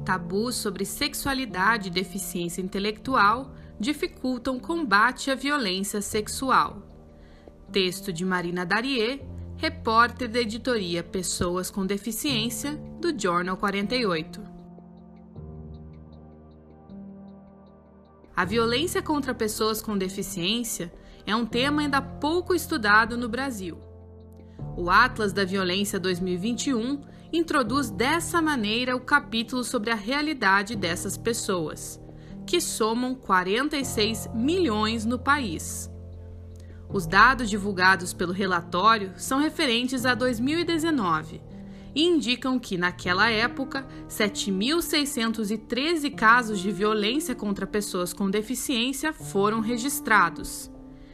Tabus sobre sexualidade e deficiência intelectual dificultam o combate à violência sexual. Texto de Marina Darier, repórter da editoria Pessoas com Deficiência, do Jornal 48. A violência contra pessoas com deficiência é um tema ainda pouco estudado no Brasil. O Atlas da Violência 2021 introduz dessa maneira o capítulo sobre a realidade dessas pessoas, que somam 46 milhões no país. Os dados divulgados pelo relatório são referentes a 2019 e indicam que, naquela época, 7.613 casos de violência contra pessoas com deficiência foram registrados.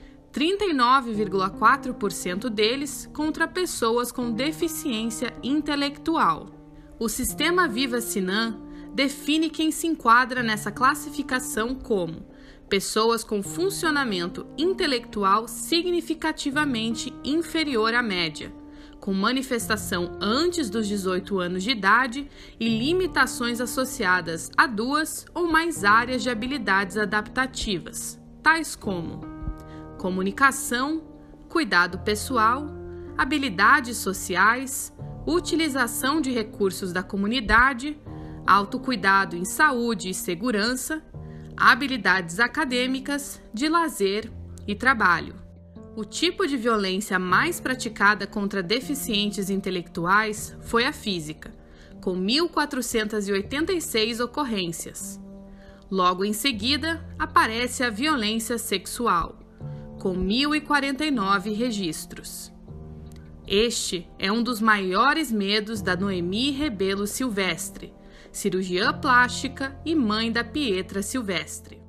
39,4% deles contra pessoas com deficiência intelectual. O Sistema Viva-Sinan define quem se enquadra nessa classificação como pessoas com funcionamento intelectual significativamente inferior à média, com manifestação antes dos 18 anos de idade e limitações associadas a 2 ou mais áreas de habilidades adaptativas, tais como comunicação, cuidado pessoal, habilidades sociais, utilização de recursos da comunidade, autocuidado em saúde e segurança, habilidades acadêmicas, de lazer e trabalho. O tipo de violência mais praticada contra deficientes intelectuais foi a física, com 1.486 ocorrências. Logo em seguida, aparece a violência sexual, com 1.049 registros. Este é um dos maiores medos da Noemi Rebelo Silvestre, cirurgiã plástica e mãe da Pietra Silvestre.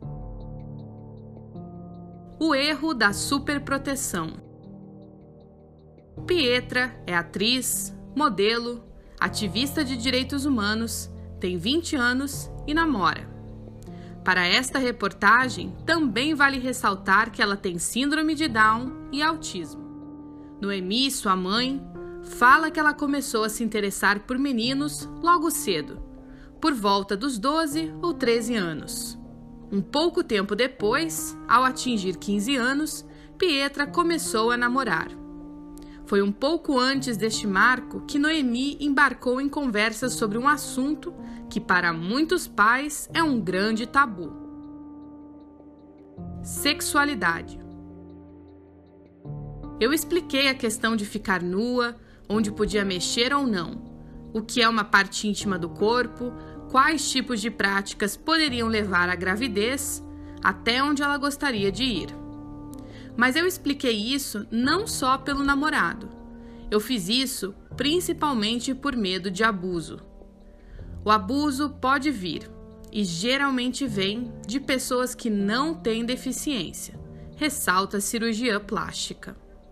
O erro da superproteção. Pietra é atriz, modelo, ativista de direitos humanos, tem 20 anos e namora. Para esta reportagem, também vale ressaltar que ela tem síndrome de Down e autismo. Noemi, sua mãe, fala que ela começou a se interessar por meninos logo cedo, por volta dos 12 ou 13 anos. Um pouco tempo depois, ao atingir 15 anos, Pietra começou a namorar. Foi um pouco antes deste marco que Noemi embarcou em conversas sobre um assunto que para muitos pais é um grande tabu: sexualidade. Eu expliquei a questão de ficar nua, onde podia mexer ou não, o que é uma parte íntima do corpo, quais tipos de práticas poderiam levar à gravidez, até onde ela gostaria de ir. Mas eu expliquei isso não só pelo namorado. Eu fiz isso principalmente por medo de abuso. O abuso pode vir, e geralmente vem, de pessoas que não têm deficiência, ressalta a cirurgiã plástica.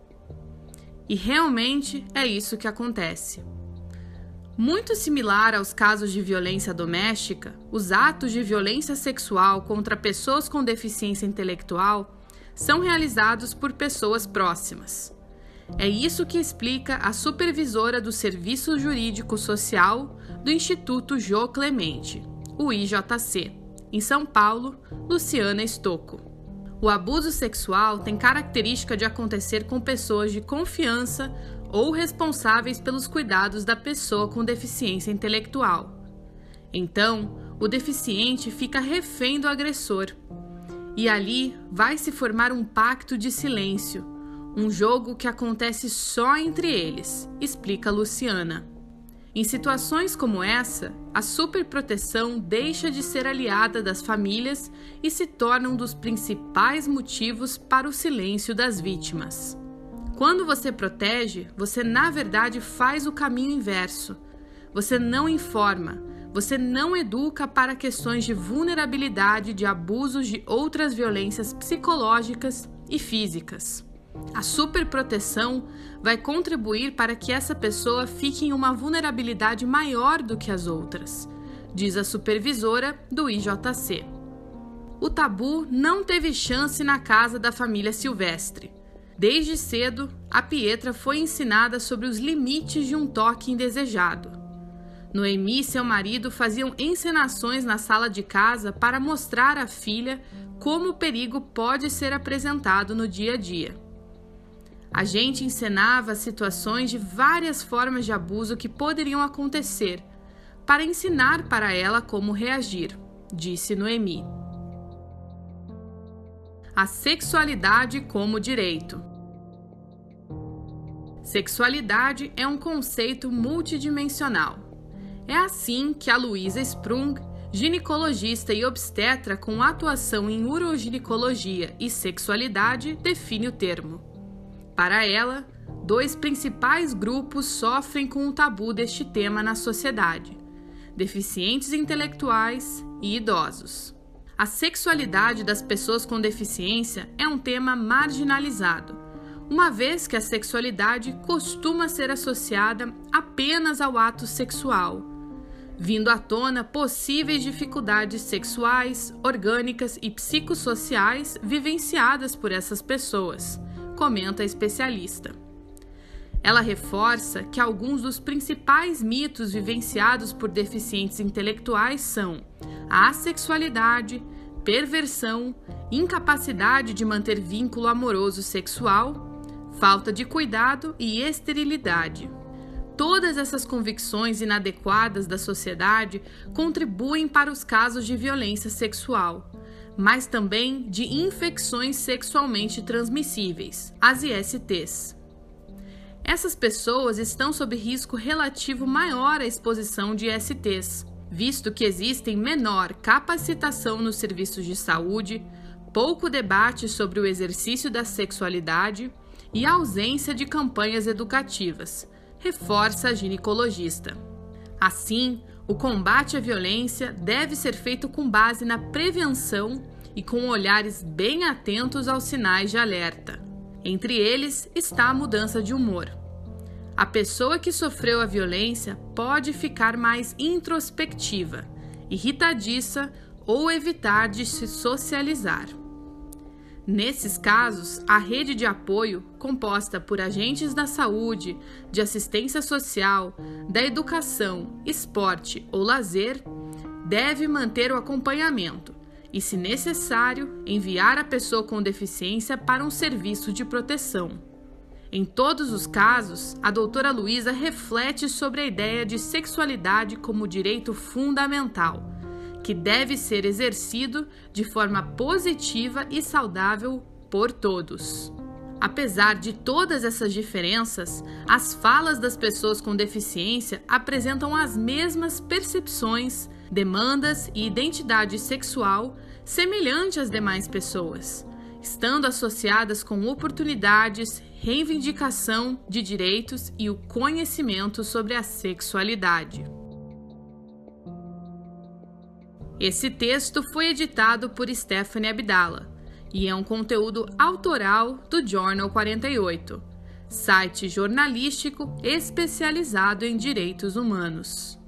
E realmente é isso que acontece. Muito similar aos casos de violência doméstica, os atos de violência sexual contra pessoas com deficiência intelectual são realizados por pessoas próximas. É isso que explica a supervisora do Serviço Jurídico Social do Instituto Jô Clemente, o IJC, em São Paulo, Luciana Stocco. O abuso sexual tem característica de acontecer com pessoas de confiança ou responsáveis pelos cuidados da pessoa com deficiência intelectual. Então, o deficiente fica refém do agressor. E ali vai se formar um pacto de silêncio, um jogo que acontece só entre eles, explica Luciana. Em situações como essa, a superproteção deixa de ser aliada das famílias e se torna um dos principais motivos para o silêncio das vítimas. Quando você protege, você na verdade faz o caminho inverso. Você não informa, você não educa para questões de vulnerabilidade, de abusos, de outras violências psicológicas e físicas. A superproteção vai contribuir para que essa pessoa fique em uma vulnerabilidade maior do que as outras, diz a supervisora do IJC. O tabu não teve chance na casa da família Silvestre. Desde cedo, a Pietra foi ensinada sobre os limites de um toque indesejado. Noemi e seu marido faziam encenações na sala de casa para mostrar à filha como o perigo pode ser apresentado no dia a dia. A gente encenava situações de várias formas de abuso que poderiam acontecer, para ensinar para ela como reagir, disse Noemi. A sexualidade como direito. Sexualidade é um conceito multidimensional. É assim que a Louisa Sprung, ginecologista e obstetra com atuação em uroginecologia e sexualidade, define o termo. Para ela, 2 principais grupos sofrem com o tabu deste tema na sociedade: deficientes intelectuais e idosos. A sexualidade das pessoas com deficiência é um tema marginalizado, uma vez que a sexualidade costuma ser associada apenas ao ato sexual, vindo à tona possíveis dificuldades sexuais, orgânicas e psicossociais vivenciadas por essas pessoas, comenta a especialista. Ela reforça que alguns dos principais mitos vivenciados por deficientes intelectuais são a assexualidade, perversão, incapacidade de manter vínculo amoroso sexual, falta de cuidado e esterilidade. Todas essas convicções inadequadas da sociedade contribuem para os casos de violência sexual, mas também de infecções sexualmente transmissíveis, as ISTs. Essas pessoas estão sob risco relativo maior à exposição de ISTs, visto que existem menor capacitação nos serviços de saúde, pouco debate sobre o exercício da sexualidade e ausência de campanhas educativas, reforça a ginecologista. Assim, o combate à violência deve ser feito com base na prevenção e com olhares bem atentos aos sinais de alerta. Entre eles está a mudança de humor. A pessoa que sofreu a violência pode ficar mais introspectiva, irritadiça ou evitar de se socializar. Nesses casos, a rede de apoio, composta por agentes da saúde, de assistência social, da educação, esporte ou lazer, deve manter o acompanhamento e, se necessário, enviar a pessoa com deficiência para um serviço de proteção. Em todos os casos, a doutora Luísa reflete sobre a ideia de sexualidade como direito fundamental, que deve ser exercido de forma positiva e saudável por todos. Apesar de todas essas diferenças, as falas das pessoas com deficiência apresentam as mesmas percepções, demandas e identidade sexual semelhante às demais pessoas, estando associadas com oportunidades, reivindicação de direitos e o conhecimento sobre a sexualidade. Esse texto foi editado por Stephanie Abdala e é um conteúdo autoral do Jornal 48, site jornalístico especializado em direitos humanos.